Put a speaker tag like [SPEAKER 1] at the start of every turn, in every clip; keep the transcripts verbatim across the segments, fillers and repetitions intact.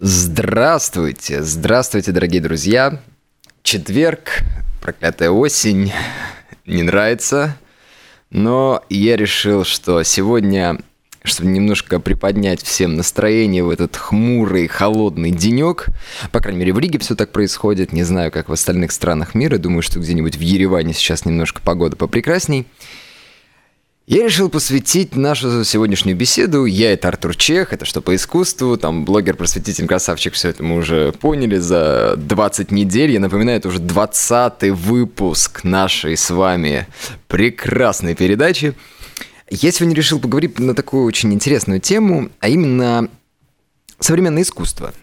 [SPEAKER 1] Здравствуйте, здравствуйте, дорогие друзья. Четверг, проклятая осень, не нравится, но я решил, что сегодня, чтобы немножко приподнять всем настроение в этот хмурый, холодный денек, по крайней мере, в Риге все так происходит, не знаю, как в остальных странах мира, думаю, что где-нибудь в Ереване сейчас немножко погода попрекрасней. Я решил посвятить нашу сегодняшнюю беседу. Я — это Артур Чех, это «Что по искусству», там блогер-просветитель, красавчик, все это мы уже поняли за двадцать недель. Я напоминаю, это уже двадцатый выпуск нашей с вами прекрасной передачи. Я сегодня решил поговорить на такую очень интересную тему, а именно современное искусство.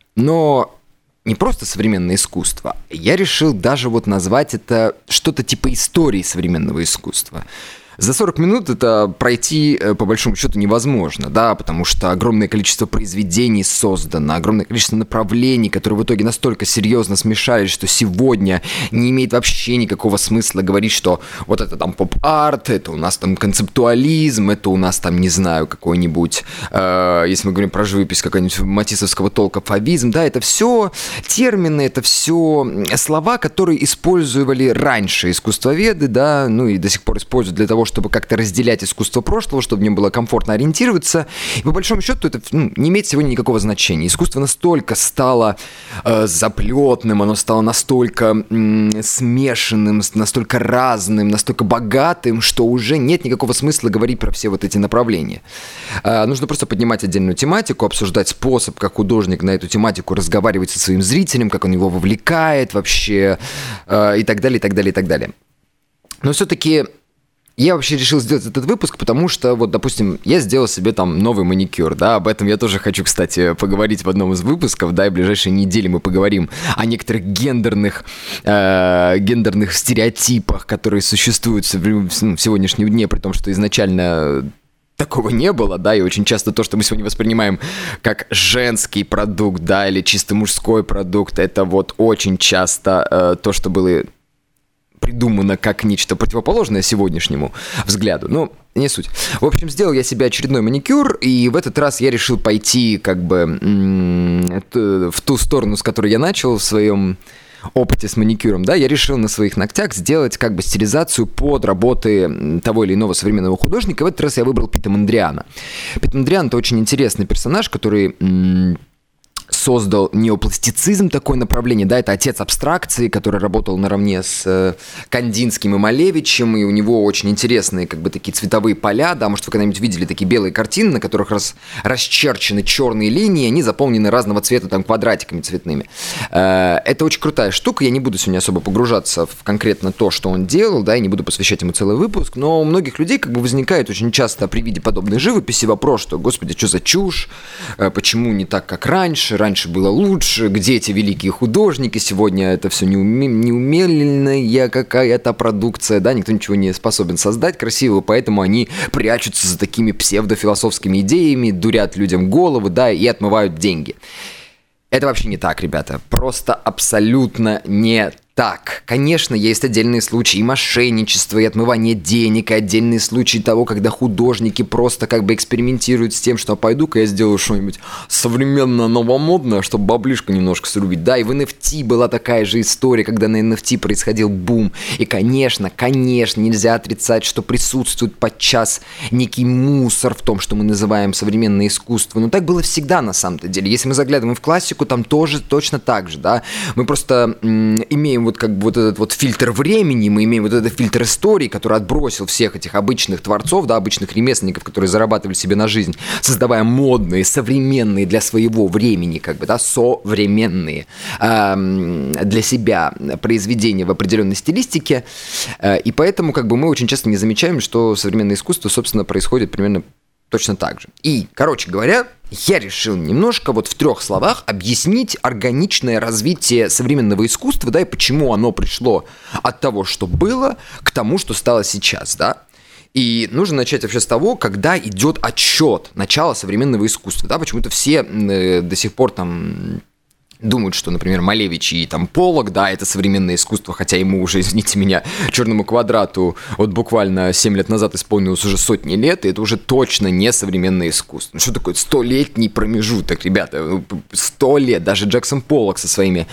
[SPEAKER 1] Но не просто современное искусство, я решил даже вот назвать это что-то типа истории современного искусства. За сорок минут это пройти, по большому счету, невозможно, да, потому что огромное количество произведений создано, огромное количество направлений, которые в итоге настолько серьезно смешались, что сегодня не имеет вообще никакого смысла говорить, что вот это там поп-арт, это у нас там концептуализм, это у нас там, не знаю, какой-нибудь, э, если мы говорим про живопись, какой-нибудь матиссовского толка фавизм, да, это все термины, это все слова, которые использовали раньше искусствоведы, да, ну и до сих пор используют для того, чтобы как-то разделять искусство прошлого, чтобы в нем было комфортно ориентироваться. И по большому счету это ну, не имеет сегодня никакого значения. Искусство настолько стало э, заплетным, оно стало настолько м- смешанным, настолько разным, настолько богатым, что уже нет никакого смысла говорить про все вот эти направления. Э, нужно просто поднимать отдельную тематику, обсуждать способ, как художник на эту тематику разговаривает со своим зрителем, как он его вовлекает вообще, э, и так далее, и так далее, и так далее. Но все-таки я вообще решил сделать этот выпуск, потому что, вот, допустим, я сделал себе там новый маникюр, да, об этом я тоже хочу, кстати, поговорить в одном из выпусков, да, и в ближайшие недели мы поговорим о некоторых гендерных, э, гендерных стереотипах, которые существуют в, ну, в сегодняшнем дне, при том, что изначально такого не было, да, и очень часто то, что мы сегодня воспринимаем как женский продукт, да, или чисто мужской продукт, это вот очень часто э, то, что было придумано как нечто противоположное сегодняшнему взгляду. Ну, не суть. В общем, сделал я себе очередной маникюр, и в этот раз я решил пойти как бы м- в ту сторону, с которой я начал в своем опыте с маникюром, да, я решил на своих ногтях сделать как бы стилизацию под работы того или иного современного художника. В этот раз я выбрал Пита Мондриана. Пит Мондриан — это очень интересный персонаж, который м- создал неопластицизм, такое направление, да, это отец абстракции, который работал наравне с э, Кандинским и Малевичем, и у него очень интересные, как бы, такие цветовые поля, да, может, вы когда-нибудь видели такие белые картины, на которых рас, расчерчены черные линии, они заполнены разного цвета, там, квадратиками цветными. Э, это очень крутая штука, я не буду сегодня особо погружаться в конкретно то, что он делал, да, и не буду посвящать ему целый выпуск, но у многих людей, как бы, возникает очень часто при виде подобной живописи вопрос, что, господи, что за чушь, э, почему не так, как раньше, раньше было лучше, где эти великие художники, сегодня это все неуме- неумельная какая-то продукция, да, никто ничего не способен создать красивого, поэтому они прячутся за такими псевдофилософскими идеями, дурят людям головы, да, и отмывают деньги. Это вообще не так, ребята, просто абсолютно не так. Конечно, есть отдельные случаи и мошенничества, и отмывания денег, и отдельные случаи того, когда художники просто как бы экспериментируют с тем, что пойду-ка я сделаю что-нибудь современно новомодное, чтобы баблишко немножко срубить. Да, и в эн эф ти была такая же история, когда на эн эф ти происходил бум. И, конечно, конечно, нельзя отрицать, что присутствует подчас некий мусор в том, что мы называем современное искусство. Но так было всегда на самом-то деле. Если мы заглядываем в классику, там тоже точно так же, да. Мы просто м- имеем вот как бы вот этот вот фильтр времени, мы имеем вот этот фильтр истории, который отбросил всех этих обычных творцов, да, обычных ремесленников, которые зарабатывали себе на жизнь, создавая модные, современные для своего времени, как бы, да, современные э, для себя произведения в определенной стилистике, э, и поэтому как бы мы очень часто не замечаем, что современное искусство, собственно, происходит примерно точно так же. И, короче говоря, я решил немножко вот в трех словах объяснить органичное развитие современного искусства, да, и почему оно пришло от того, что было, к тому, что стало сейчас, да. И нужно начать вообще с того, когда идет отсчет начала современного искусства, да, почему-то все э, до сих пор там думают, что, например, Малевич и там Поллок, да, это современное искусство, хотя ему уже, извините меня, «Черному квадрату» вот буквально семь лет назад исполнилось уже сотни лет, и это уже точно не современное искусство. Ну, что такое столетний промежуток, ребята? Сто лет. Даже Джексон Поллок со своими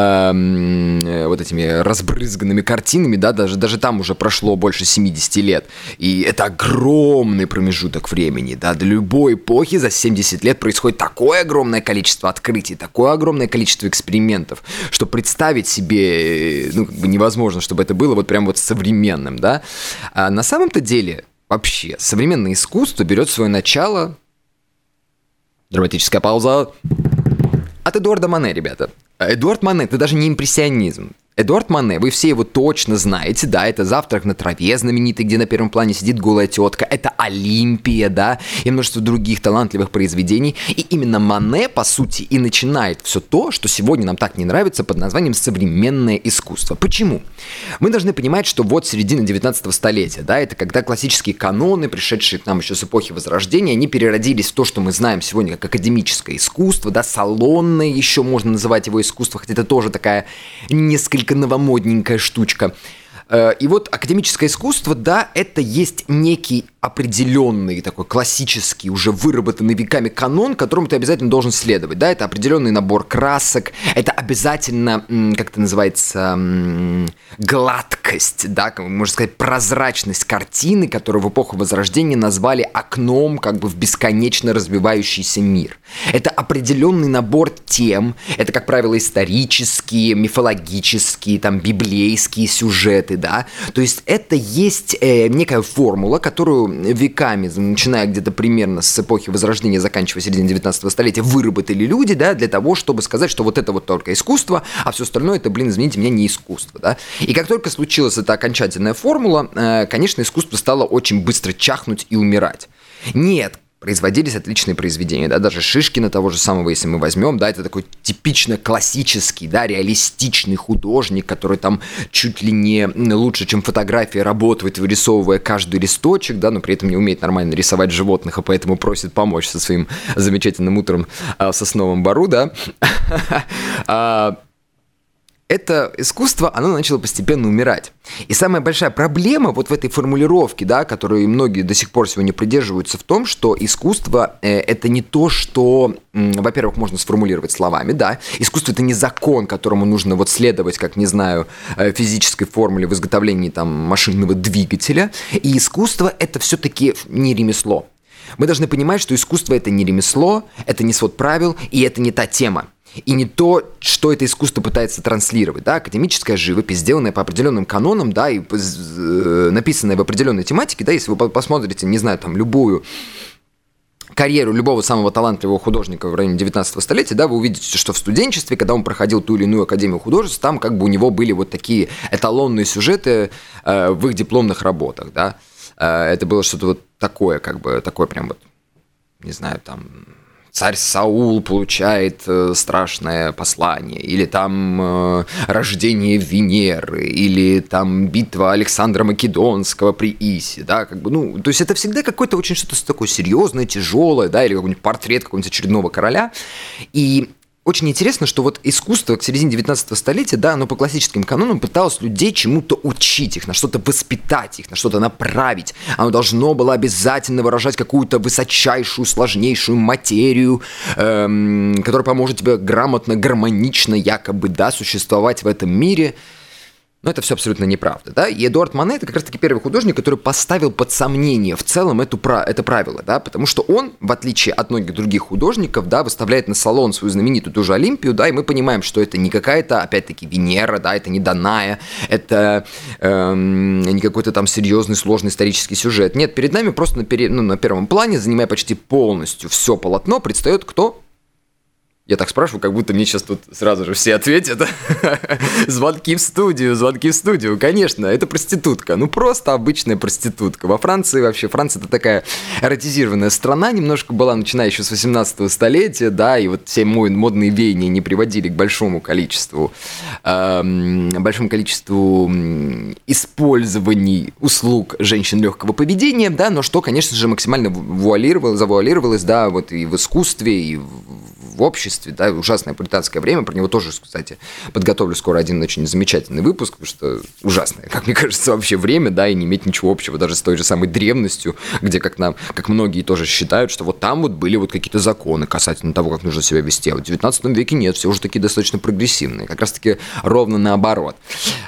[SPEAKER 1] э, вот этими разбрызганными картинами, да, даже, даже там уже прошло больше семьдесят лет. И это огромный промежуток времени, да, для любой эпохи за семьдесят лет происходит такое огромное количество открытий, такое огромное количество экспериментов, что представить себе, ну, как бы невозможно, чтобы это было вот прям вот современным, да. А на самом-то деле, вообще, современное искусство берет свое начало, драматическая пауза, от Эдуарда Мане, ребята. Эдуард Мане, это даже не импрессионизм. Эдуард Мане, вы все его точно знаете, да, это «Завтрак на траве» знаменитый, где на первом плане сидит голая тетка, это «Олимпия», да, и множество других талантливых произведений, и именно Мане, по сути, и начинает все то, что сегодня нам так не нравится, под названием современное искусство. Почему? Мы должны понимать, что вот середина девятнадцатого столетия, да, это когда классические каноны, пришедшие к нам еще с эпохи Возрождения, они переродились в то, что мы знаем сегодня как академическое искусство, да, салонное еще можно называть его искусство, хотя это тоже такая несколько новомодненькая штучка. И вот академическое искусство, да, это есть некий определенный такой классический, уже выработанный веками канон, которому ты обязательно должен следовать, да, это определенный набор красок, это обязательно, как это называется, гладкость, да, можно сказать, прозрачность картины, которую в эпоху Возрождения назвали окном как бы в бесконечно развивающийся мир. Это определенный набор тем, это, как правило, исторические, мифологические, там, библейские сюжеты, да, то есть это есть э, некая формула, которую веками, начиная где-то примерно с эпохи Возрождения, заканчивая серединой девятнадцатого столетия, выработали люди, да, для того, чтобы сказать, что вот это вот только искусство, а все остальное это, блин, извините меня, не искусство, да. И как только случилась эта окончательная формула, э, конечно, искусство стало очень быстро чахнуть и умирать. Нет, производились отличные произведения, да, даже Шишкина того же самого, если мы возьмем, да, это такой типично классический, да, реалистичный художник, который там чуть ли не лучше, чем фотография, работает, вырисовывая каждый листочек, да, но при этом не умеет нормально рисовать животных, а поэтому просит помочь со своим замечательным утром в Сосновом Бору, да. Это искусство, оно начало постепенно умирать. И самая большая проблема вот в этой формулировке, да, которую многие до сих пор сегодня придерживаются, в том, что искусство э, это не то, что, э, во-первых, можно сформулировать словами, да, искусство это не закон, которому нужно вот следовать, как, не знаю, э, физической формуле в изготовлении там машинного двигателя, и искусство это все-таки не ремесло. Мы должны понимать, что искусство это не ремесло, это не свод правил, и это не та тема. И не то, что это искусство пытается транслировать, да, академическая живопись, сделанная по определенным канонам, да, и э, написанная в определенной тематике, да, если вы посмотрите, не знаю, там, любую карьеру любого самого талантливого художника в районе девятнадцатого столетия, да, вы увидите, что в студенчестве, когда он проходил ту или иную академию художеств, там как бы у него были вот такие эталонные сюжеты э, в их дипломных работах, да, э, это было что-то вот такое, как бы, такое прям вот, не знаю, там... Царь Саул получает э, страшное послание, или там э, рождение Венеры, или там битва Александра Македонского при Исе, да, как бы, ну, то есть это всегда какое-то очень что-то такое серьезное, тяжелое, да, или какой-нибудь портрет какого-нибудь очередного короля, и очень интересно, что вот искусство к середине девятнадцатого столетия, да, оно по классическим канонам пыталось людей чему-то учить их, на что-то воспитать их, на что-то направить. Оно должно было обязательно выражать какую-то высочайшую, сложнейшую материю, эм, которая поможет тебе грамотно, гармонично, якобы, да, существовать в этом мире. Но это все абсолютно неправда, да, и Эдуард Мане это как раз-таки первый художник, который поставил под сомнение в целом эту, это правило, да, потому что он, в отличие от многих других художников, да, выставляет на салон свою знаменитую ту же Олимпию, да, и мы понимаем, что это не какая-то, опять-таки, Венера, да, это не Даная, это эм, не какой-то там серьезный, сложный исторический сюжет, нет, перед нами просто на, пере, ну, на первом плане, занимая почти полностью все полотно, предстает кто? Я так спрашиваю, как будто мне сейчас тут сразу же все ответят. Звонки в студию, звонки в студию. Конечно, это проститутка. Ну, просто обычная проститутка. Во Франции вообще, Франция это такая эротизированная страна, немножко была, начиная еще с восемнадцатого столетия, да, и вот все модные веяния не приводили к большому количеству, эм, большому количеству использований услуг женщин легкого поведения, да, но что, конечно же, максимально вуалировалось, завуалировалось, да, вот и в искусстве, и в в обществе, да, ужасное пуританское время, про него тоже, кстати, подготовлю скоро один очень замечательный выпуск, потому что ужасное, как мне кажется, вообще время, да, и не иметь ничего общего даже с той же самой древностью, где, как нам, как многие тоже считают, что вот там вот были вот какие-то законы касательно того, как нужно себя вести, а вот в девятнадцатом веке нет, все уже такие достаточно прогрессивные, как раз-таки ровно наоборот.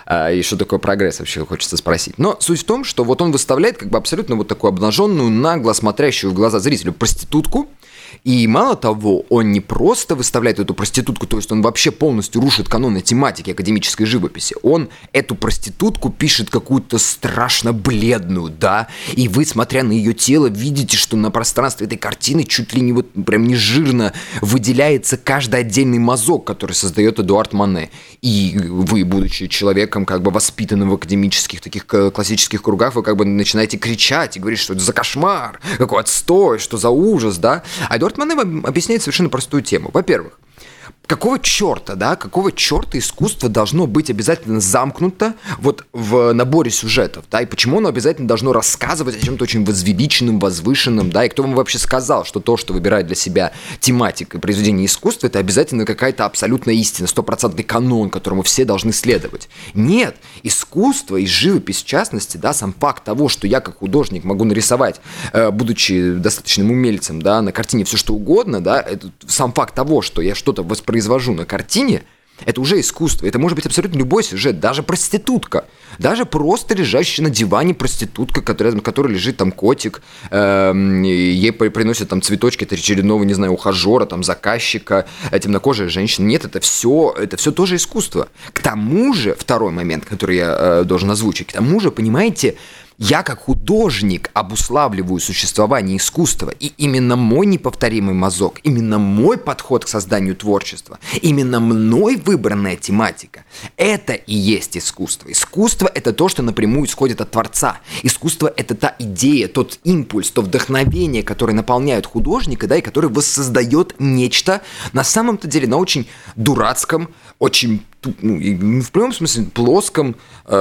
[SPEAKER 1] И что такое прогресс, вообще хочется спросить. Но суть в том, что вот он выставляет как бы абсолютно вот такую обнаженную, нагло смотрящую в глаза зрителю проститутку, и мало того, он не просто выставляет эту проститутку, то есть он вообще полностью рушит каноны тематики академической живописи. Он эту проститутку пишет какую-то страшно бледную, да, и вы, смотря на ее тело, видите, что на пространстве этой картины чуть ли не вот прям не жирно выделяется каждый отдельный мазок, который создает Эдуард Мане. И вы, будучи человеком, как бы воспитанным в академических таких классических кругах, вы как бы начинаете кричать и говорить, что это за кошмар, какой отстой, что за ужас, да. А Эдуард Мане объясняет совершенно простую тему. Во-первых, какого черта, да, какого черта искусство должно быть обязательно замкнуто вот в наборе сюжетов, да, и почему оно обязательно должно рассказывать о чем-то очень возвеличенном, возвышенном, да, и кто вам вообще сказал, что то, что выбирает для себя тематика и произведение искусства, это обязательно какая-то абсолютная истина, стопроцентный канон, которому все должны следовать. Нет, искусство и живопись в частности, да, сам факт того, что я как художник могу нарисовать, э, будучи достаточным умельцем, да, на картине все что угодно, да, это сам факт того, что я что-то воспроизвожу произвожу на картине, это уже искусство. Это может быть абсолютно любой сюжет, даже проститутка. Даже просто лежащая на диване проститутка, которая, на которой лежит там котик, э, ей приносят там цветочки от очередного, не знаю, ухажера, там, заказчика, темнокожая женщина. Нет, это все, это все тоже искусство. К тому же, второй момент, который я э, должен озвучить, к тому же, понимаете, я как художник обуславливаю существование искусства, и именно мой неповторимый мазок, именно мой подход к созданию творчества, именно мной выбранная тематика – это и есть искусство. Искусство – это то, что напрямую исходит от Творца. Искусство – это та идея, тот импульс, то вдохновение, которое наполняет художника, да, и который воссоздает нечто на самом-то деле на очень дурацком, очень, ну, в прямом смысле, плоском,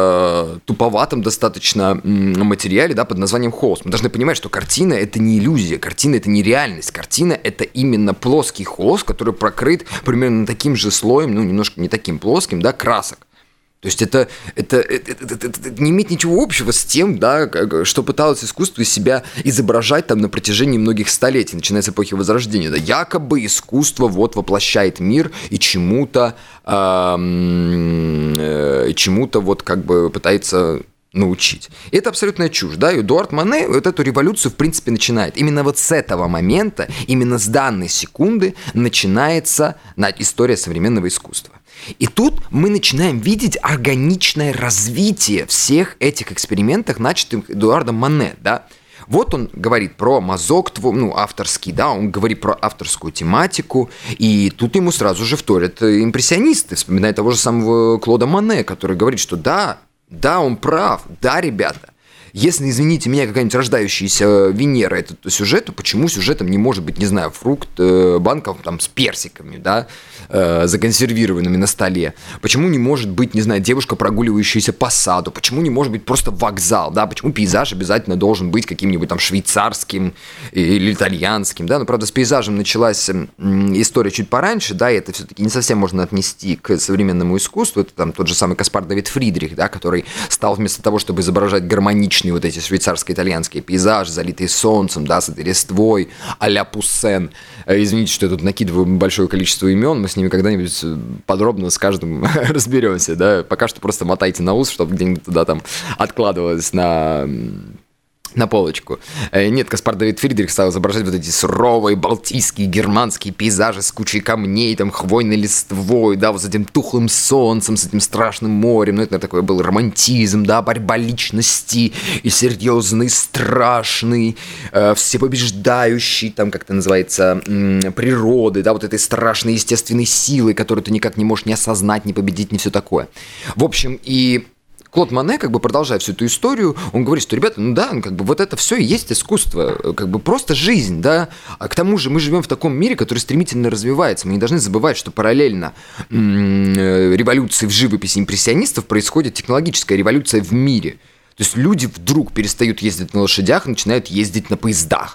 [SPEAKER 1] э, туповатом достаточно материале, да, под названием холст. Мы должны понимать, что картина – это не иллюзия, картина – это не реальность, картина – это именно плоский холст, который прокрыт примерно таким же слоем, ну, немножко не таким плоским, да, красок. То есть это, это, это, это, это, это не имеет ничего общего с тем, да, что пыталось искусство из себя изображать там на протяжении многих столетий, начиная с эпохи Возрождения. Да, якобы искусство вот воплощает мир и чему-то, э, э, чему-то вот как бы пытается научить. И это абсолютная чушь, да, и Эдуард Мане вот эту революцию в принципе начинает. Именно вот с этого момента, именно с данной секунды начинается история современного искусства. И тут мы начинаем видеть органичное развитие всех этих экспериментов, начатых Эдуардом Мане, да. Вот он говорит про мазок, ну, авторский, да, он говорит про авторскую тематику, и тут ему сразу же вторят импрессионисты, вспоминая того же самого Клода Моне, который говорит, что да, да, он прав, да, ребята, если, извините меня, какая-нибудь рождающаяся Венера – это сюжет, то почему сюжетом не может быть, не знаю, фрукт, э, банка там, с персиками, да, э, законсервированными на столе? Почему не может быть, не знаю, девушка, прогуливающаяся по саду? Почему не может быть просто вокзал, да? Почему пейзаж обязательно должен быть каким-нибудь там швейцарским или итальянским, да? Но, правда, с пейзажем началась история чуть пораньше, да, и это все-таки не совсем можно отнести к современному искусству. Это там тот же самый Каспар Давид Фридрих, да, который стал вместо того, чтобы изображать гармоничный вот эти швейцарско-итальянские пейзажи, залитые солнцем, да, с этой листвой, а-ля Пуссен. Извините, что я тут накидываю большое количество имен, мы с ними когда-нибудь подробно с каждым разберемся, да. Пока что просто мотайте на ус, чтобы где-нибудь туда там откладывалось на... на полочку. Нет, Каспар Давид Фридрих стал изображать вот эти суровые балтийские германские пейзажи с кучей камней, там, хвойной листвой, да, вот с этим тухлым солнцем, с этим страшным морем. Ну, это такой был романтизм, да, борьба личности и серьезный, страшный, э, всепобеждающий, там, как это называется, м- природы, да, вот этой страшной естественной силы, которую ты никак не можешь ни осознать, ни победить, ни все такое. В общем, и Клод Моне, как бы продолжая всю эту историю, он говорит, что, ребята, ну да, ну, как бы вот это все и есть искусство, как бы просто жизнь, да. А к тому же мы живем в таком мире, который стремительно развивается. Мы не должны забывать, что параллельно м- революции в живописи импрессионистов происходит технологическая революция в мире. То есть люди вдруг перестают ездить на лошадях и начинают ездить на поездах.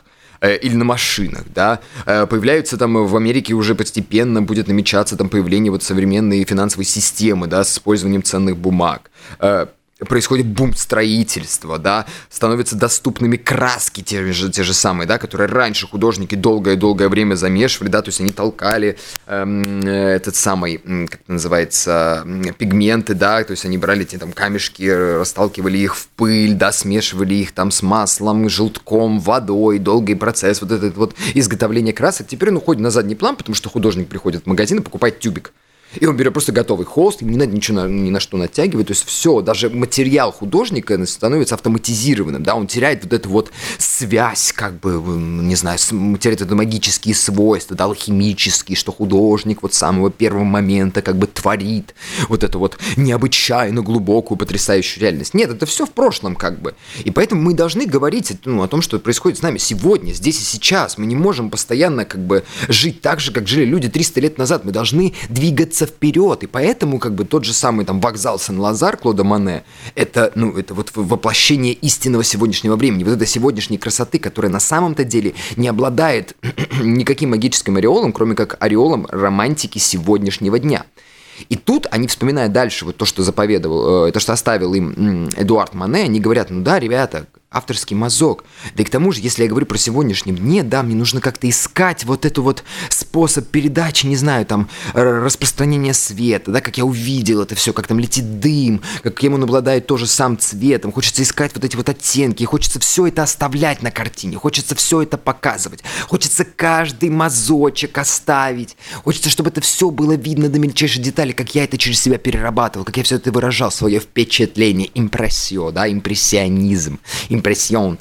[SPEAKER 1] э, или на машинах, да, э, появляются там в Америке уже постепенно будет намечаться там появление вот современной финансовой системы, да, с использованием ценных бумаг. Э, происходит бум строительства, да, становятся доступными краски те же, те же самые, да, которые раньше художники долгое-долгое время замешивали, да, то есть они толкали эм, этот самый, как это называется, пигменты, да, то есть они брали эти там камешки, расталкивали их в пыль, да, смешивали их там с маслом, желтком, водой, долгий процесс, вот этот вот изготовление красок, теперь он уходит на задний план, потому что художник приходит в магазин и покупает тюбик. И он берет просто готовый холст, ему не надо ничего на, ни на что натягивать, то есть все, даже материал художника становится автоматизированным, да, он теряет вот эту вот связь, как бы, не знаю, теряет это магические свойства, да, алхимические, что художник вот с самого первого момента как бы творит вот эту вот необычайно глубокую, потрясающую реальность. Нет, это все в прошлом как бы, и поэтому мы должны говорить, ну, о том, что происходит с нами сегодня, здесь и сейчас. Мы не можем постоянно как бы жить так же, как жили люди триста лет назад, мы должны двигаться вперед, и поэтому как бы тот же самый там вокзал Сен-Лазар Клода Моне, это, ну, это вот воплощение истинного сегодняшнего времени, вот этой сегодняшней красоты, которая на самом-то деле не обладает никаким магическим ореолом, кроме как ореолом романтики сегодняшнего дня. И тут они, вспоминая дальше вот то, что заповедовал, э, то, что оставил им Эдуард Моне, они говорят, ну да, ребята, авторский мазок. Да и к тому же, если я говорю про сегодняшнем дне, да, мне нужно как-то искать вот эту вот способ передачи, не знаю, там, распространения света, да, как я увидел это все, как там летит дым, каким он обладает тоже сам цветом. Хочется искать вот эти вот оттенки, хочется все это оставлять на картине, хочется все это показывать, хочется каждый мазочек оставить, хочется, чтобы это все было видно до мельчайшей детали, как я это через себя перерабатывал, как я все это выражал, свое впечатление, импрессио, да, импрессионизм, импрессион.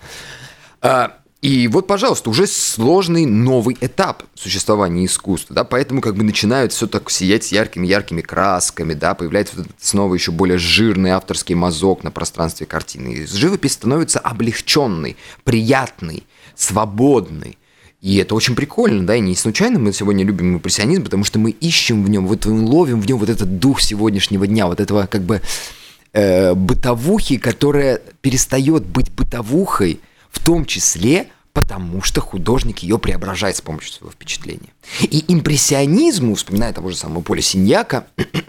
[SPEAKER 1] И вот, пожалуйста, уже сложный новый этап существования искусства, да, поэтому как бы начинают все так сиять с яркими-яркими красками, да, появляется вот этот снова еще более жирный авторский мазок на пространстве картины. И живопись становится облегченной, приятной, свободной. И это очень прикольно, да, и не случайно мы сегодня любим импрессионизм, потому что мы ищем в нем, вот мы ловим в нем вот этот дух сегодняшнего дня, вот этого как бы э, бытовухи, которая перестает быть бытовухой, в том числе потому, что художник ее преображает с помощью своего впечатления. И импрессионизму, вспоминая того же самого Поля Синьяка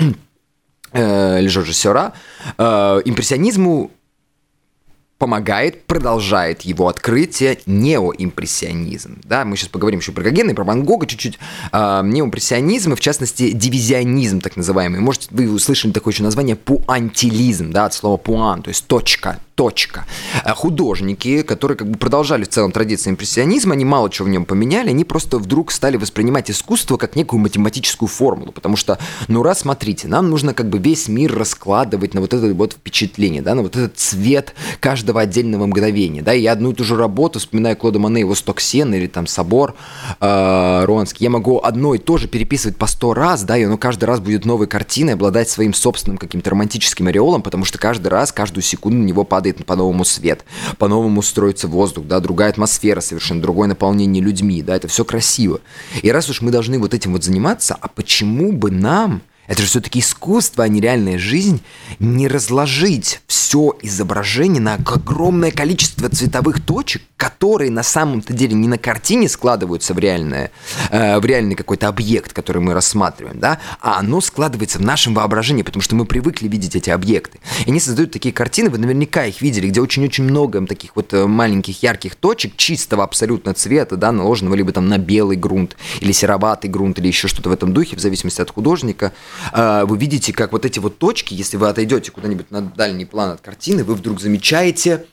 [SPEAKER 1] э, или Жоржа Сёра, э, импрессионизму помогает, продолжает его открытие неоимпрессионизм. Да, мы сейчас поговорим еще про Гогена и про Ван Гога чуть-чуть. А, неоимпрессионизм, и в частности дивизионизм так называемый. Может, вы услышали такое еще название пуантилизм, да, от слова пуан, то есть точка, точка. Художники, которые как бы продолжали в целом традиции импрессионизма, они мало чего в нем поменяли, они просто вдруг стали воспринимать искусство как некую математическую формулу, потому что, ну раз, смотрите, нам нужно как бы весь мир раскладывать на вот это вот впечатление, да, на вот этот цвет каждого отдельного мгновения, да, и я одну и ту же работу, вспоминая Клода Моне, его «Сток сена» или там «Собор» э, Руанский, я могу одно и то же переписывать по сто раз, да, и оно каждый раз будет новой картиной, обладать своим собственным каким-то романтическим ореолом, потому что каждый раз, каждую секунду на него падает по-новому свет, по-новому строится воздух, да, другая атмосфера совершенно, другое наполнение людьми, да, это все красиво. И раз уж мы должны вот этим вот заниматься, а почему бы нам, это же все-таки искусство, а не реальная жизнь, не разложить все изображение на огромное количество цветовых точек, которые на самом-то деле не на картине складываются в, реальное, э, в реальный какой-то объект, который мы рассматриваем, да, а оно складывается в нашем воображении, потому что мы привыкли видеть эти объекты. И они создают такие картины, вы наверняка их видели, где очень-очень много таких вот маленьких ярких точек, чистого абсолютно цвета, да, наложенного либо там на белый грунт, или сероватый грунт, или еще что-то в этом духе, в зависимости от художника. Вы видите, как вот эти вот точки, если вы отойдете куда-нибудь на дальний план от картины, вы вдруг замечаете,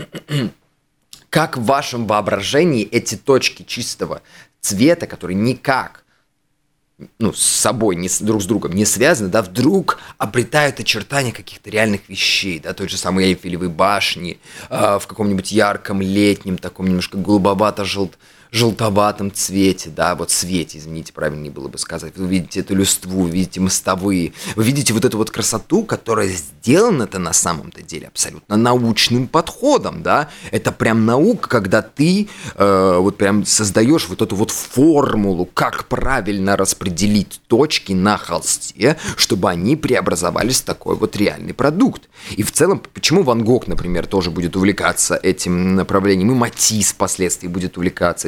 [SPEAKER 1] как в вашем воображении эти точки чистого цвета, которые никак, ну, с собой, не с, друг с другом не связаны, да, вдруг обретают очертания каких-то реальных вещей, да, той же самой Эйфелевой башни, э, в каком-нибудь ярком летнем, таком немножко голубовато-желтом, желтоватом цвете, да, вот цвете, извините, правильнее было бы сказать. Вы видите эту листву, вы видите мостовые, вы видите вот эту вот красоту, которая сделана-то на самом-то деле абсолютно научным подходом, да. Это прям наука, когда ты э, вот прям создаешь вот эту вот формулу, как правильно распределить точки на холсте, чтобы они преобразовались в такой вот реальный продукт. И в целом, почему Ван Гог, например, тоже будет увлекаться этим направлением, и Матисс впоследствии будет увлекаться этим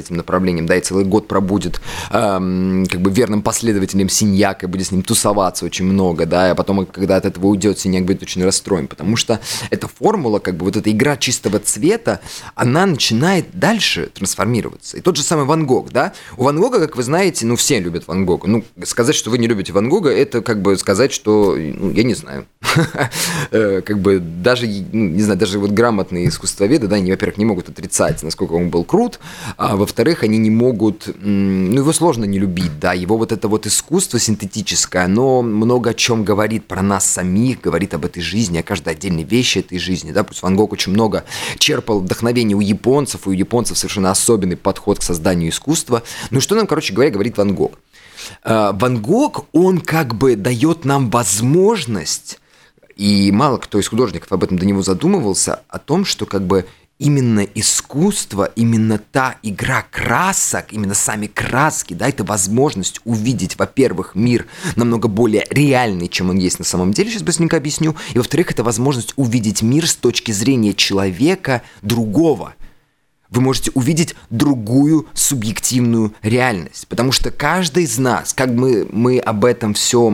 [SPEAKER 1] этим направлением, да, и целый год пробудет эм, как бы верным последователем Синьяка, и будет с ним тусоваться очень много, да, а потом, когда от этого уйдет, Синьяк будет очень расстроен, потому что эта формула, как бы вот эта игра чистого цвета, она начинает дальше трансформироваться. И тот же самый Ван Гог, да, у Ван Гога, как вы знаете, ну, все любят Ван Гога, ну, сказать, что вы не любите Ван Гога, это как бы сказать, что, ну, я не знаю, как бы даже, не знаю, даже вот грамотные искусствоведы, да, они, во-первых, не могут отрицать, насколько он был крут, а во-вторых, они не могут, ну, его сложно не любить, да, его вот это вот искусство синтетическое, оно много о чем говорит про нас самих, говорит об этой жизни, о каждой отдельной вещи этой жизни, да, пусть Ван Гог очень много черпал вдохновения у японцев, и у японцев совершенно особенный подход к созданию искусства, ну, что нам, короче говоря, говорит Ван Гог? Ван Гог, он как бы дает нам возможность, и мало кто из художников об этом до него задумывался, о том, что как бы именно искусство, именно та игра красок, именно сами краски, да, это возможность увидеть, во-первых, мир намного более реальный, чем он есть на самом деле, сейчас быстренько объясню, и, во-вторых, это возможность увидеть мир с точки зрения человека другого. Вы можете увидеть другую субъективную реальность. Потому что каждый из нас, как мы, мы об этом все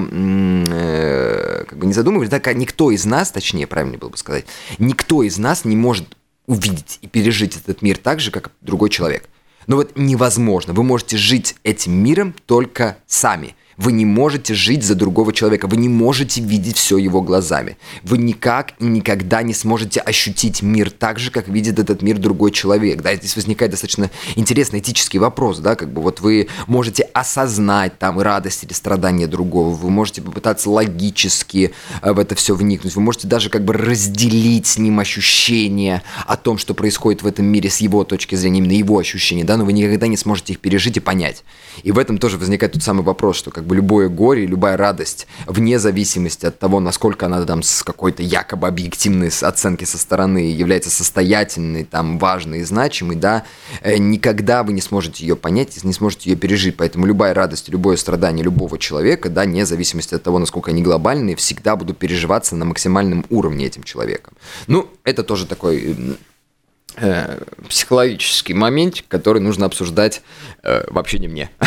[SPEAKER 1] э, как бы не задумывались, да, никто из нас, точнее, правильно было бы сказать, никто из нас не может увидеть и пережить этот мир так же, как другой человек. Но вот невозможно. Вы можете жить этим миром только сами. Вы не можете жить за другого человека, вы не можете видеть все его глазами. Вы никак и никогда не сможете ощутить мир так же, как видит этот мир другой человек. Да, здесь возникает достаточно интересный этический вопрос, да, как бы вот вы можете осознать там радость или страдания другого, вы можете попытаться логически в это все вникнуть, вы можете даже как бы разделить с ним ощущения о том, что происходит в этом мире с его точки зрения, именно его ощущения, да, но вы никогда не сможете их пережить и понять. И в этом тоже возникает тот самый вопрос, что как бы любое горе, любая радость, вне зависимости от того, насколько она там с какой-то якобы объективной оценки со стороны является состоятельной, там, важной и значимой, да, никогда вы не сможете ее понять, не сможете ее пережить. Поэтому любая радость, любое страдание любого человека, да, вне зависимости от того, насколько они глобальные, всегда будут переживаться на максимальном уровне этим человеком. Ну, это тоже такой э, психологический момент, который нужно обсуждать э, вообще не мне.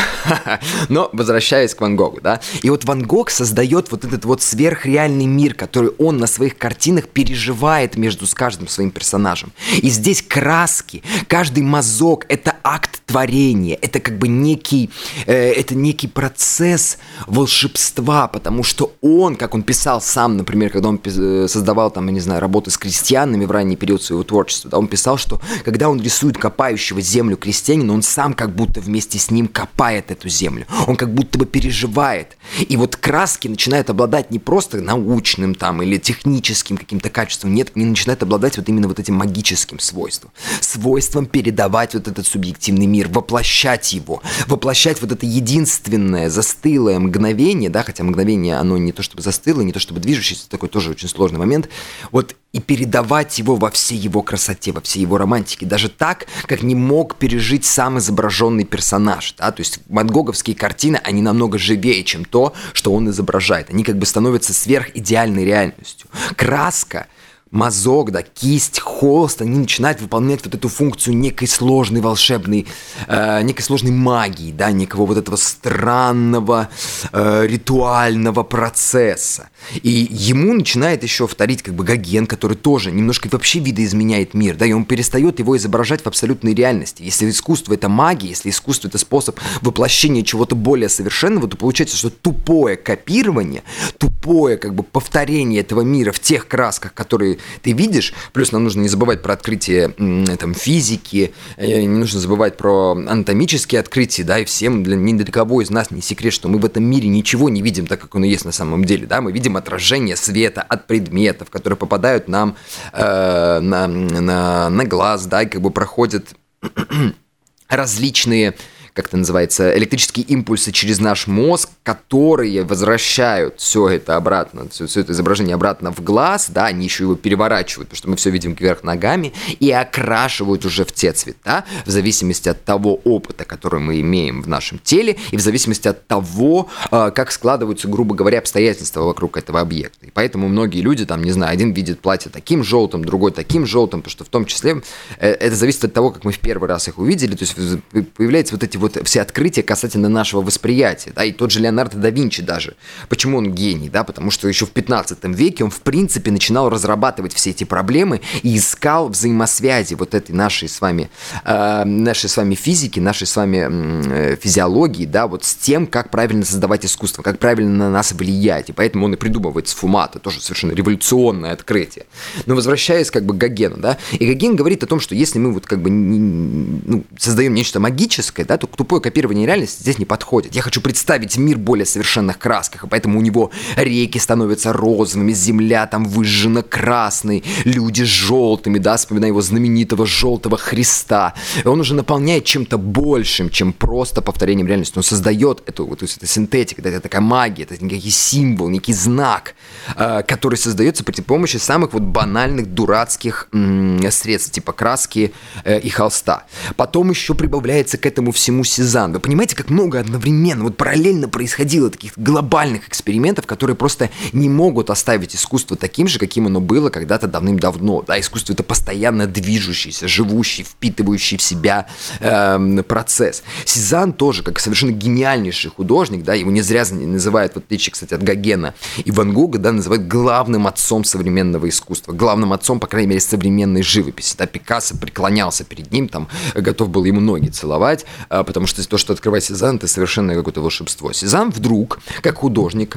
[SPEAKER 1] Но возвращаясь к Ван Гогу, да, и вот Ван Гог создает вот этот вот сверхреальный мир, который он на своих картинах переживает между с каждым своим персонажем. И здесь краски, каждый мазок — это акт творения, это как бы некий, э, это некий процесс волшебства, потому что он, как он писал сам, например, когда он создавал там, я не знаю, работы с крестьянами в ранний период своего творчества, да, он писал, что когда он рисует копающего землю крестьянина, он сам как будто вместе с ним копает эту землю, он как будто бы переживает. И вот краски начинают обладать не просто научным там или техническим каким-то качеством, нет, они начинают обладать вот именно вот этим магическим свойством, свойством передавать вот этот субъективный мир, воплощать его, воплощать вот это единственное застылое мгновение, да, хотя мгновение, оно не то чтобы застыло, не то чтобы движущееся, такой тоже очень сложный момент, вот, и передавать его во всей его красоте, во всей его романтике, даже так, как не мог пережить сам изображенный персонаж, да, то есть ван гоговские картины, они намного живее, чем то, что он изображает, они как бы становятся сверхидеальной реальностью. Краска, мазок, да, кисть, холст, они начинают выполнять вот эту функцию некой сложной волшебной, э, некой сложной магии, да, некого вот этого странного э, ритуального процесса. И ему начинает еще вторить как бы Гоген, который тоже немножко вообще видоизменяет мир, да, и он перестает его изображать в абсолютной реальности. Если искусство — это магия, если искусство — это способ воплощения чего-то более совершенного, то получается, что тупое копирование, тупое как бы повторение этого мира в тех красках, которые ты видишь, плюс нам нужно не забывать про открытие там, физики, не нужно забывать про анатомические открытия, да, и всем, для, ни для кого из нас не секрет, что мы в этом мире ничего не видим так, как оно есть на самом деле, да, мы видим отражение света от предметов, которые попадают нам э, на, на, на глаз, да, и как бы проходят различные как это называется, электрические импульсы через наш мозг, которые возвращают все это обратно, все, все это изображение обратно в глаз, да, они еще его переворачивают, потому что мы все видим кверх ногами, и окрашивают уже в те цвета, в зависимости от того опыта, который мы имеем в нашем теле, и в зависимости от того, как складываются, грубо говоря, обстоятельства вокруг этого объекта. И поэтому многие люди, там, не знаю, один видит платье таким желтым, другой таким желтым, потому что в том числе это зависит от того, как мы в первый раз их увидели, то есть появляются вот эти вот все открытия касательно нашего восприятия, да, и тот же Леонардо да Винчи даже. Почему он гений, да, потому что еще в пятнадцатом веке он, в принципе, начинал разрабатывать все эти проблемы и искал взаимосвязи вот этой нашей с вами, э, нашей с вами физики, нашей с вами э, физиологии, да, вот с тем, как правильно создавать искусство, как правильно на нас влиять, и поэтому он и придумывает сфумато, тоже совершенно революционное открытие. Но возвращаясь как бы к Гогену, да, и Гоген говорит о том, что если мы вот как бы ну, создаем нечто магическое, да, то тупое копирование реальности здесь не подходит. Я хочу представить мир в более совершенных красках, и поэтому у него реки становятся розовыми, земля там выжжена красной, люди желтыми, да, вспоминая его знаменитого желтого Христа. И он уже наполняет чем-то большим, чем просто повторением реальности. Он создает эту, вот, то есть это синтетика, это такая магия, это некий символ, некий знак, э, который создается при помощи самых вот банальных, дурацких м- средств, типа краски э, и холста. Потом еще прибавляется к этому всему Сезанн. Вы понимаете, как много одновременно, вот параллельно происходило таких глобальных экспериментов, которые просто не могут оставить искусство таким же, каким оно было когда-то давным-давно. Да, искусство — это постоянно движущийся, живущий, впитывающий в себя э, процесс. Сезанн тоже, как совершенно гениальнейший художник, да, его не зря называют, в отличие, кстати, от Гогена и Ван Гога, да, называют главным отцом современного искусства, главным отцом, по крайней мере, современной живописи. Да, Пикассо преклонялся перед ним, там, готов был ему ноги целовать, э, потому что то, что открывает Сезанн, это совершенно какое-то волшебство. Сезанн вдруг, как художник,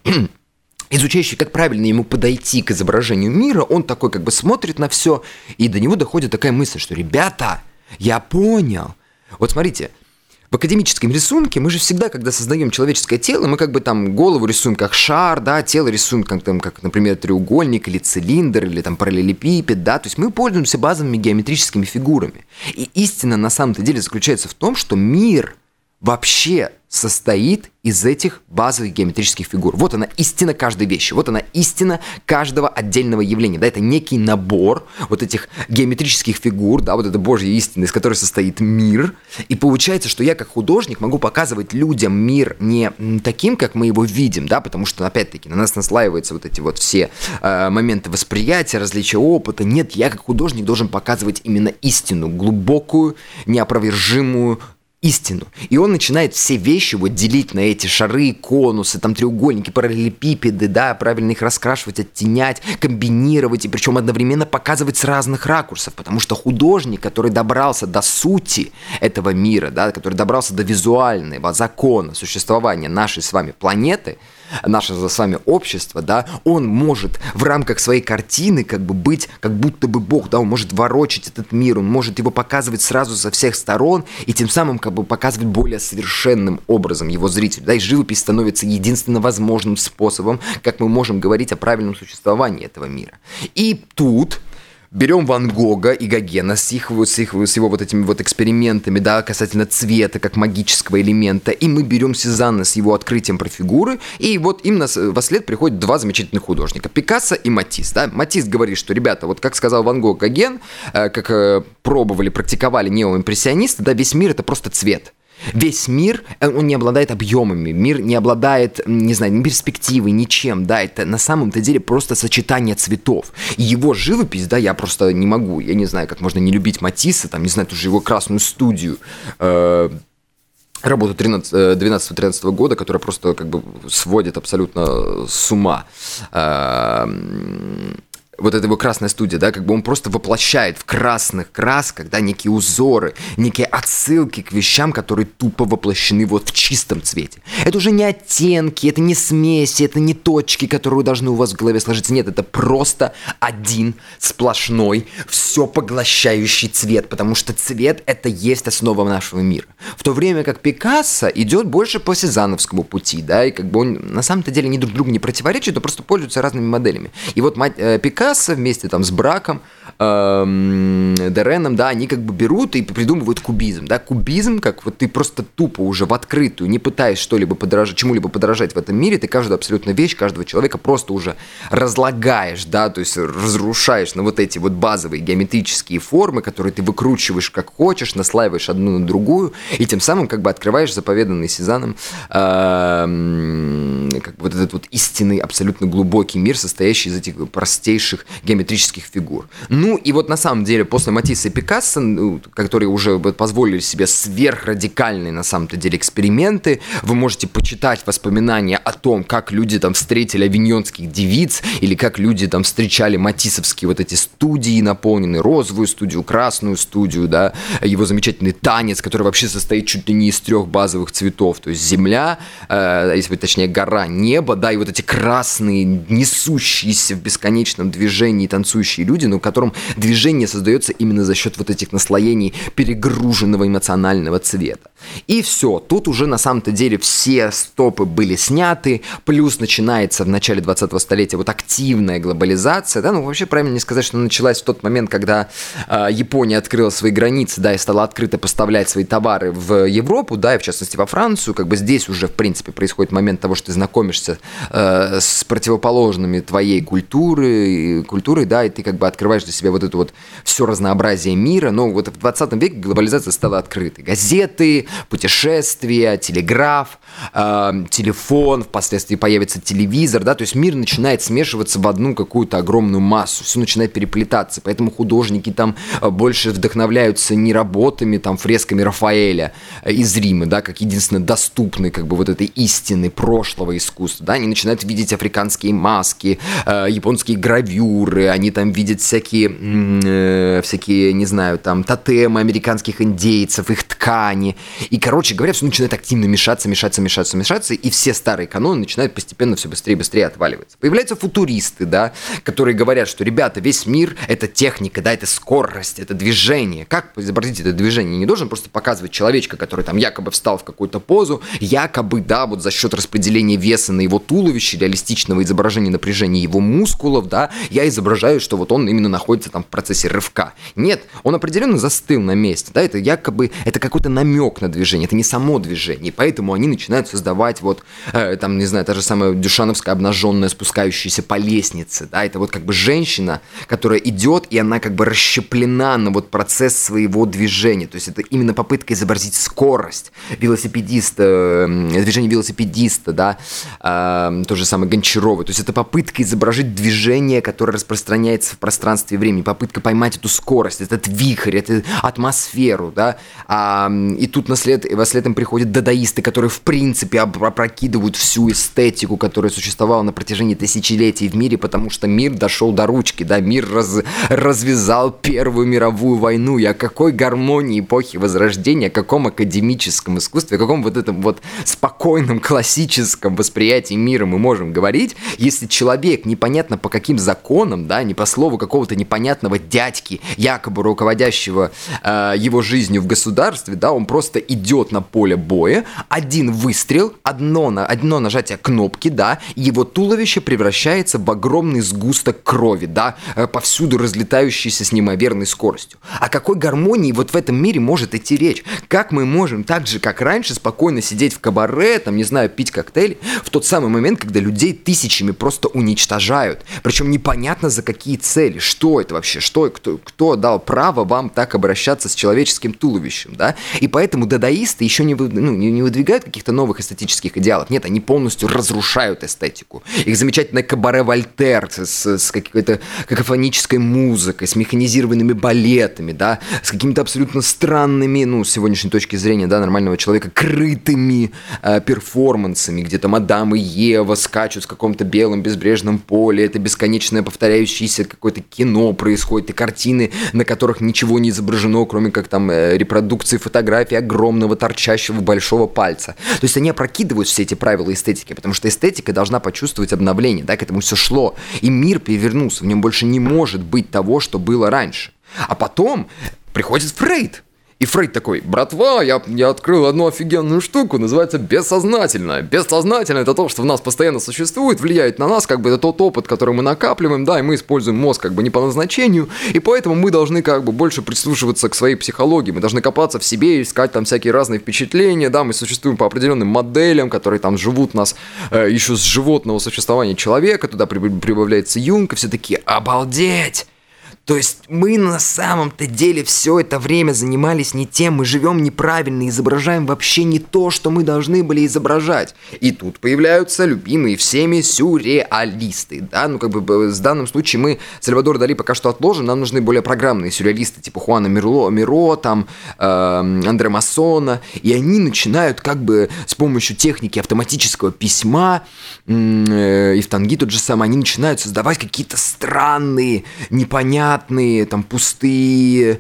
[SPEAKER 1] изучающий, как правильно ему подойти к изображению мира, он такой как бы смотрит на все, и до него доходит такая мысль, что, ребята, я понял. Вот смотрите, в академическом рисунке мы же всегда, когда создаем человеческое тело, мы как бы там голову рисуем как шар, да, тело рисуем как, там, как, например, треугольник или цилиндр, или там параллелепипед, да, то есть мы пользуемся базовыми геометрическими фигурами. И истина на самом-то деле заключается в том, что мир вообще состоит из этих базовых геометрических фигур. Вот она истина каждой вещи, вот она истина каждого отдельного явления. Да, это некий набор вот этих геометрических фигур, да, вот это Божья истина, из которой состоит мир. И получается, что я как художник могу показывать людям мир не таким, как мы его видим, да, потому что, опять-таки, на нас наслаиваются вот эти вот все э, моменты восприятия, различия опыта. Нет, я как художник должен показывать именно истину, глубокую, неопровержимую истину. И он начинает все вещи вот делить на эти шары, конусы, там треугольники, параллелепипеды, да, правильно их раскрашивать, оттенять, комбинировать, и причем одновременно показывать с разных ракурсов, потому что художник, который добрался до сути этого мира, да, который добрался до визуального закона существования нашей с вами планеты, наше с вами общество, да, он может в рамках своей картины как бы быть как будто бы Бог, да, он может ворочать этот мир, он может его показывать сразу со всех сторон и тем самым как бы показывать более совершенным образом его зрителю, да, и живопись становится единственно возможным способом, как мы можем говорить о правильном существовании этого мира. И тут берем Ван Гога и Гогена с, их, с, их, с его вот этими вот экспериментами, да, касательно цвета как магического элемента, и мы берем Сезанна с его открытием про фигуры, и вот им нас вослед приходят два замечательных художника, Пикассо и Матисс, да. Матисс говорит, что, ребята, вот как сказал Ван Гог, Гоген, э, как э, пробовали, практиковали неоимпрессионисты, да, весь мир — это просто цвет. Весь мир, он не обладает объемами, мир не обладает, не знаю, ни перспективой, ничем, да, это на самом-то деле просто сочетание цветов. И его живопись, да, я просто не могу, я не знаю, как можно не любить Матисса, там, не знаю, ту же его красную студию, э- работу двенадцатого-тринадцатого года, которая просто как бы сводит абсолютно с ума. Э- Вот эта его красная студия, да, как бы он просто воплощает в красных красках, да, некие узоры, некие отсылки к вещам, которые тупо воплощены вот в чистом цвете. Это уже не оттенки, это не смеси, это не точки, которые должны у вас в голове сложиться. Нет, это просто один сплошной, все поглощающий цвет, потому что цвет — это есть основа нашего мира. В то время как Пикассо идет больше по сезанновскому пути, да, и как бы он на самом-то деле ни друг другу не противоречит, но просто пользуются разными моделями. И вот Пикассо Пикассо вместе там с Браком эм, Дереном, да, они как бы берут и придумывают кубизм, да, кубизм, как вот ты просто тупо уже в открытую, не пытаясь что-либо подорожать, чему-либо подорожать в этом мире, ты каждую абсолютно вещь, каждого человека просто уже разлагаешь, да, то есть разрушаешь на вот эти вот базовые геометрические формы, которые ты выкручиваешь как хочешь, наслаиваешь одну на другую, и тем самым как бы открываешь заповеданный Сезанном э, как бы вот этот вот истинный, абсолютно глубокий мир, состоящий из этих простейших геометрических фигур. Ну и вот на самом деле после Матисса и Пикассо, которые уже позволили себе сверхрадикальные на самом-то деле эксперименты, вы можете почитать воспоминания о том, как люди там встретили авиньонских девиц, или как люди там встречали матиссовские вот эти студии, наполненные розовую студию, красную студию, да, его замечательный танец, который вообще состоит чуть ли не из трех базовых цветов, то есть земля, э, если быть точнее гора, небо, да, и вот эти красные, несущиеся в бесконечном движении танцующие люди, но в котором движение создается именно за счет вот этих наслоений перегруженного эмоционального цвета. И все, тут уже на самом-то деле все стопы были сняты, плюс начинается в начале двадцатого столетия вот активная глобализация, да, ну вообще правильно не сказать, что началась в тот момент, когда э, Япония открыла свои границы, да, и стала открыто поставлять свои товары в Европу, да, и в частности во Францию, как бы здесь уже, в принципе, происходит момент того, что ты знакомишься э, с противоположными твоей культуры, культурой, да, и ты как бы открываешь для себя вот это вот все разнообразие мира, но вот в двадцатом веке глобализация стала открытой. Газеты, путешествия, телеграф, э, телефон, впоследствии появится телевизор, да, то есть мир начинает смешиваться в одну какую-то огромную массу, все начинает переплетаться, поэтому художники там больше вдохновляются не работами, там, фресками Рафаэля из Рима, да, как единственно доступны, как бы, вот этой истины прошлого искусства, да, они начинают видеть африканские маски, э, японские гравюры, они там видят всякие, э, всякие, не знаю, там, тотемы американских индейцев, их ткани, и, короче говоря, все начинает активно мешаться, мешаться, мешаться, мешаться, и все старые каноны начинают постепенно все быстрее и быстрее отваливаться. Появляются футуристы, да, которые говорят, что, ребята, весь мир — это техника, да, это скорость, это движение. Как изобразить это движение? Не должен просто показывать человечка, который там якобы встал в какую-то позу, якобы, да, вот за счет распределения веса на его туловище, реалистичного изображения напряжения его мускулов, да, я изображаю, что вот он именно находится там в процессе рывка. Нет, он определенно застыл на месте, да, это якобы, это какой-то намек на движение, это не само движение, и поэтому они начинают создавать вот, э, там, не знаю, та же самая дюшановская обнаженная, спускающаяся по лестнице, да, это вот как бы женщина, которая идет, и она как бы расщеплена на вот процесс своего движения, то есть это именно попытка изобразить скорость велосипедиста, движение велосипедиста, да, э, то же самое Гончарова, то есть это попытка изображить движение, которое распространяется в пространстве и времени, попытка поймать эту скорость, этот вихрь, эту атмосферу, да, а, и тут наслед, во след им приходят дадаисты, которые в принципе опрокидывают всю эстетику, которая существовала на протяжении тысячелетий в мире, потому что мир дошел до ручки, да, мир раз, развязал Первую мировую войну, и о какой гармонии эпохи Возрождения, о каком академическом искусстве, о каком вот этом вот спокойном классическом восприятии мира мы можем говорить, если человек непонятно по каким законам, да, не по слову какого-то непонятного дядьки, якобы руководящего э, его жизнью в государстве, да, он просто идет на поле боя, один выстрел, одно, на, одно нажатие кнопки, да, его туловище превращается в огромный сгусток крови, да, э, повсюду разлетающийся с неимоверной скоростью. О какой гармонии вот в этом мире может идти речь? Как мы можем так же, как раньше, спокойно сидеть в кабаре, там, не знаю, пить коктейли, в тот самый момент, когда людей тысячами просто уничтожают, причем непонятно за какие цели, что это вообще, что, кто, кто дал право вам так обращаться с человеческим туловищем, да, и поэтому дадаисты еще не, вы, ну, не, не выдвигают каких-то новых эстетических идеалов, нет, они полностью разрушают эстетику. Их замечательное кабаре Вольтер с, с какой-то какофонической музыкой, с механизированными балетами, да, с какими-то абсолютно странными, ну, с сегодняшней точки зрения, да, нормального человека, крытыми э, перформансами, где там Адам и Ева скачут в каком-то белом безбрежном поле, это бесконечное повторяющееся какое-то кино происходит, и картины, на которых ничего не изображено, кроме как там э, репродукции фотографий огромного торчащего большого пальца. То есть они опрокидывают все эти правила эстетики, потому что эстетика должна почувствовать обновление, да, к этому все шло, и мир перевернулся, в нем больше не может быть того, что было раньше. А потом приходит Фрейд. И Фрейд такой: братва, я, я открыл одну офигенную штуку, называется бессознательное. Бессознательное — это то, что в нас постоянно существует, влияет на нас, как бы это тот опыт, который мы накапливаем, да, и мы используем мозг как бы не по назначению, и поэтому мы должны как бы больше прислушиваться к своей психологии, мы должны копаться в себе, искать там всякие разные впечатления, да, мы существуем по определенным моделям, которые там живут в нас э, еще с животного существования человека, туда прибавляется Юнг, и все такие: обалдеть! То есть мы на самом-то деле все это время занимались не тем, мы живем неправильно, изображаем вообще не то, что мы должны были изображать. И тут появляются любимые всеми сюрреалисты, да, ну как бы в данном случае мы Сальвадор Дали пока что отложим, нам нужны более программные сюрреалисты, типа Хуана Миро, Миро там, э, Андре Массона, и они начинают как бы с помощью техники автоматического письма, э, и в Танги тот же самый, они начинают создавать какие-то странные, непонятные, там пустые,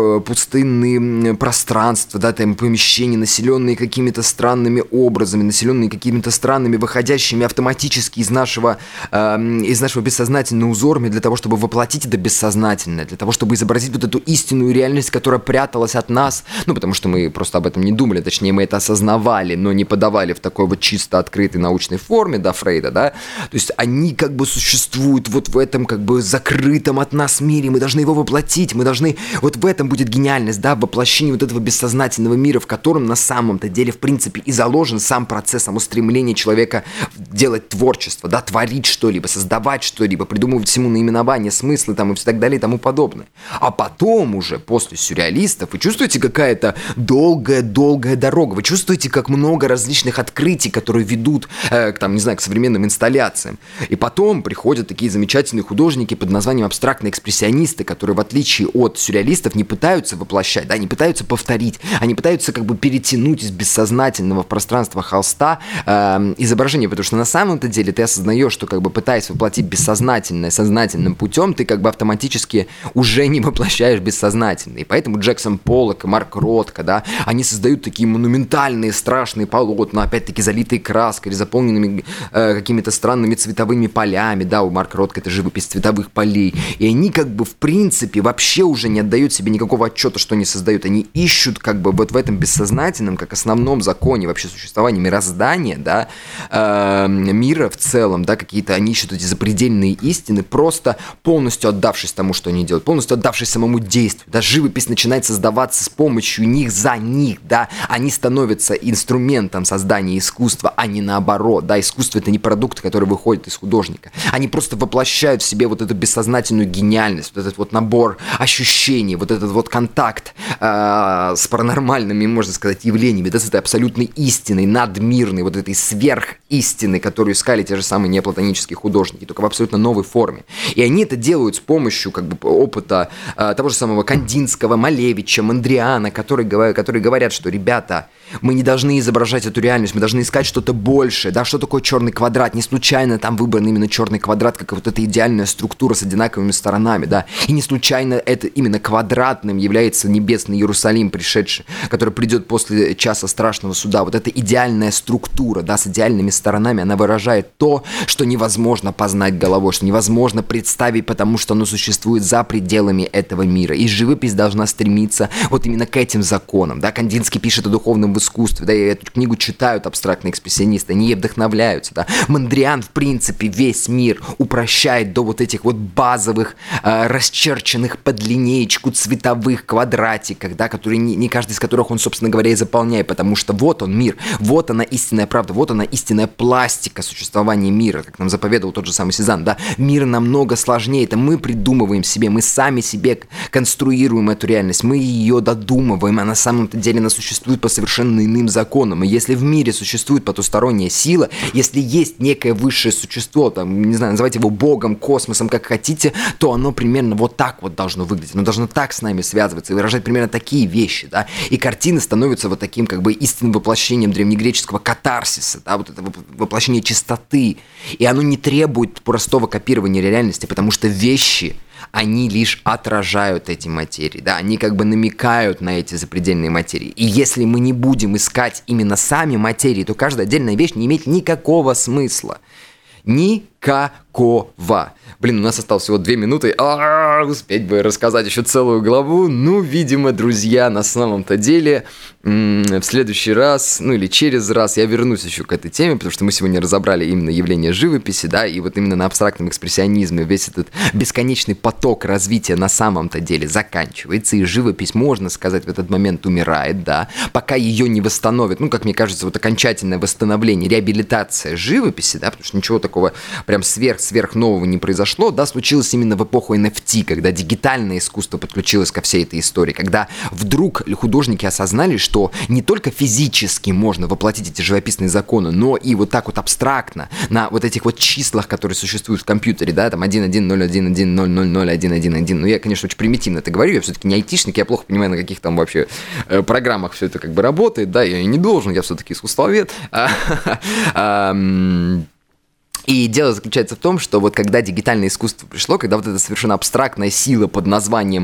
[SPEAKER 1] пустынные пространства, да, там помещения, населенные какими-то странными образами, населенные какими-то странными, выходящими автоматически из нашего, э, из нашего бессознательного узорами для того, чтобы воплотить это бессознательное, для того, чтобы изобразить вот эту истинную реальность, которая пряталась от нас, ну, потому что мы просто об этом не думали, точнее, мы это осознавали, но не подавали в такой вот чисто открытой научной форме, да, Фрейда, да, то есть они как бы существуют вот в этом как бы закрытом от нас мире, мы должны его воплотить, мы должны, вот в этом будет гениальность, да, воплощение вот этого бессознательного мира, в котором на самом-то деле, в принципе, и заложен сам процесс, само стремление человека делать творчество, да, творить что-либо, создавать что-либо, придумывать всему наименование, смыслы там и так далее и тому подобное. А потом уже, после сюрреалистов, вы чувствуете какая-то долгая-долгая дорога, вы чувствуете, как много различных открытий, которые ведут, э, к, там, не знаю, к современным инсталляциям. И потом приходят такие замечательные художники под названием абстрактные экспрессионисты, которые, в отличие от сюрреалистов, не пытаются воплощать, да, не пытаются повторить, они пытаются как бы перетянуть из бессознательного в пространство холста э, изображение, потому что на самом-то деле ты осознаешь, что как бы пытаясь воплотить бессознательное сознательным путем, ты как бы автоматически уже не воплощаешь бессознательное. И поэтому Джексон Поллок и Марк Ротко, да, они создают такие монументальные, страшные полотна, опять-таки залитые краской или заполненными э, какими-то странными цветовыми полями, да, у Марка Ротко это живопись цветовых полей, и они как бы в принципе вообще уже не отдают себе никакого отчета, что они создают. Они ищут как бы вот в этом бессознательном, как основном законе вообще существования мироздания, да, э, мира в целом, да, какие-то они ищут эти запредельные истины, просто полностью отдавшись тому, что они делают, полностью отдавшись самому действию, да, живопись начинает создаваться с помощью них, за них, да, они становятся инструментом создания искусства, а не наоборот, да, искусство — это не продукт, который выходит из художника, они просто воплощают в себе вот эту бессознательную гениальность, вот этот вот набор ощущений, вот этот вот контакт э, с паранормальными, можно сказать, явлениями, да, с этой абсолютной истиной, надмирной, вот этой сверхистиной, которую искали те же самые неоплатонические художники, только в абсолютно новой форме. И они это делают с помощью как бы опыта э, того же самого Кандинского, Малевича, Мондриана, которые, которые говорят, что, ребята, мы не должны изображать эту реальность, мы должны искать что-то большее, да, что такое черный квадрат, не случайно там выбран именно черный квадрат, как вот эта идеальная структура с одинаковыми сторонами, да, и не случайно это именно квадратным является небесный Иерусалим, пришедший, который придет после часа страшного суда, вот эта идеальная структура, да, с идеальными сторонами, она выражает то, что невозможно познать головой, что невозможно представить, потому что оно существует за пределами этого мира, и живопись должна стремиться вот именно к этим законам, да, Кандинский пишет о духовном искусстве, да, и эту книгу читают абстрактные экспрессионисты, они ей вдохновляются, да, Мондриан, в принципе, весь мир упрощает до вот этих вот базовых, э, расчерченных под линеечку цветовых квадратиков, да, которые не, не каждый из которых он, собственно говоря, и заполняет, потому что вот он мир, вот она истинная правда, вот она истинная пластика существования мира, как нам заповедовал тот же самый Сезанн, да, мир намного сложнее, это мы придумываем себе, мы сами себе конструируем эту реальность, мы ее додумываем, а на самом-то деле она существует по совершенно иным законам, и если в мире существует потусторонняя сила, если есть некое высшее существо, там, не знаю, называйте его богом, космосом, как хотите, то оно примерно вот так вот должно выглядеть, оно должно так с нами связываться и выражать примерно такие вещи, да, и картины становятся вот таким как бы истинным воплощением древнегреческого катарсиса, да, вот это воплощение чистоты, и оно не требует простого копирования реальности, потому что вещи, они лишь отражают эти материи, да, они как бы намекают на эти запредельные материи. И если мы не будем искать именно сами материи, то каждая отдельная вещь не имеет никакого смысла. Ни какого? Блин, у нас осталось всего две минуты. А-а-а, успеть бы рассказать еще целую главу. Ну, видимо, друзья, на самом-то деле, м- в следующий раз, ну или через раз я вернусь еще к этой теме, потому что мы сегодня разобрали именно явление живописи, да, и вот именно на абстрактном экспрессионизме весь этот бесконечный поток развития на самом-то деле заканчивается, и живопись, можно сказать, в этот момент умирает, да, пока ее не восстановят. Ну, как мне кажется, вот окончательное восстановление, реабилитация живописи, да, потому что ничего такого прям сверх-сверх нового не произошло, да, случилось именно в эпоху эн эф ти, когда дигитальное искусство подключилось ко всей этой истории, когда вдруг художники осознали, что не только физически можно воплотить эти живописные законы, но и вот так вот абстрактно, на вот этих вот числах, которые существуют в компьютере, да, там один один ноль один один ноль ноль ноль один один один, ну, я, конечно, очень примитивно это говорю, я все-таки не айтишник, я плохо понимаю, на каких там вообще э, программах все это как бы работает, да, я и не должен, я все-таки искусствовед. И дело заключается в том, что вот когда дигитальное искусство пришло, когда вот эта совершенно абстрактная сила под названием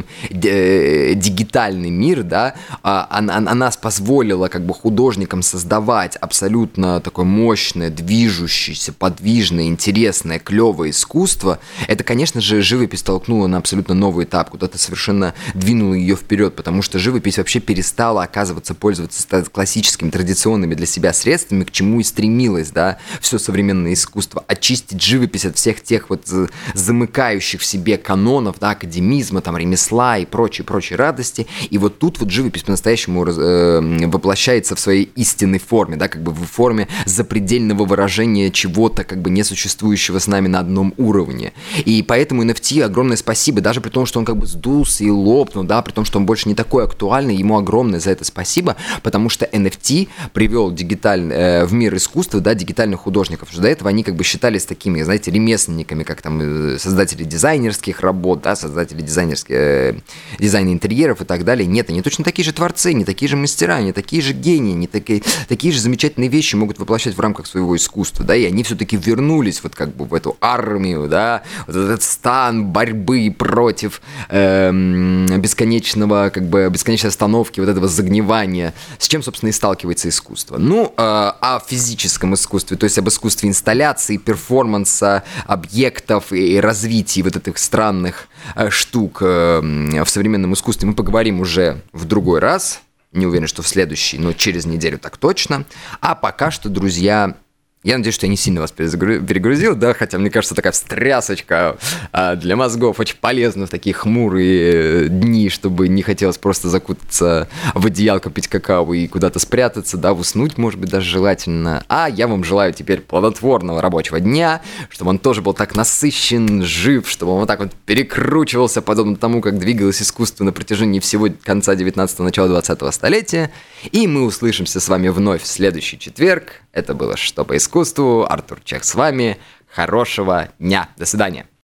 [SPEAKER 1] э, дигитальный мир, да, она, она позволила как бы художникам создавать абсолютно такое мощное, движущееся, подвижное, интересное, клевое искусство, это, конечно же, живопись толкнула на абсолютно новый этап, куда-то совершенно двинула ее вперед, потому что живопись вообще перестала, оказываться, пользоваться классическими, традиционными для себя средствами, к чему и стремилось, да, все современное искусство. Очистить живопись от всех тех вот замыкающих в себе канонов, да, академизма, там, ремесла и прочей-прочей радости. И вот тут вот живопись по-настоящему э, воплощается в своей истинной форме, да, как бы в форме запредельного выражения чего-то, как бы несуществующего с нами на одном уровне. И поэтому эн эф ти огромное спасибо, даже при том, что он как бы сдулся и лопнул, да, при том, что он больше не такой актуальный, ему огромное за это спасибо, потому что эн эф ти привел дигиталь, э, в мир искусства, да, дигитальных художников, что до этого они как бы считались такими, знаете, ремесленниками, как там создатели дизайнерских работ, да, создатели дизайнерских, э, дизайна интерьеров и так далее. Нет, они точно такие же творцы, не такие же мастера, не такие же гении, не такие, такие же замечательные вещи могут воплощать в рамках своего искусства, да, и они все-таки вернулись вот как бы в эту армию, да, вот этот стан борьбы против э, бесконечного, как бы, бесконечной остановки, вот этого загнивания, с чем, собственно, и сталкивается искусство. Ну, э, о физическом искусстве, то есть об искусстве инсталляции, перформанса, объектов и развитии вот этих странных э, штук э, в современном искусстве мы поговорим уже в другой раз. Не уверен, что в следующий, но через неделю так точно. А пока что, друзья, я надеюсь, что я не сильно вас перегрузил, да, хотя, мне кажется, такая встрясочка для мозгов очень полезна в такие хмурые дни, чтобы не хотелось просто закутаться в одеялко, пить какао и куда-то спрятаться, да, уснуть, может быть, даже желательно. А я вам желаю теперь плодотворного рабочего дня, чтобы он тоже был так насыщен, жив, чтобы он вот так вот перекручивался, подобно тому, как двигалось искусство на протяжении всего конца девятнадцатого, начала двадцатого столетия. И мы услышимся с вами вновь в следующий четверг. Это было «Что по искусству?». Артур Чех с вами. Хорошего дня. До свидания.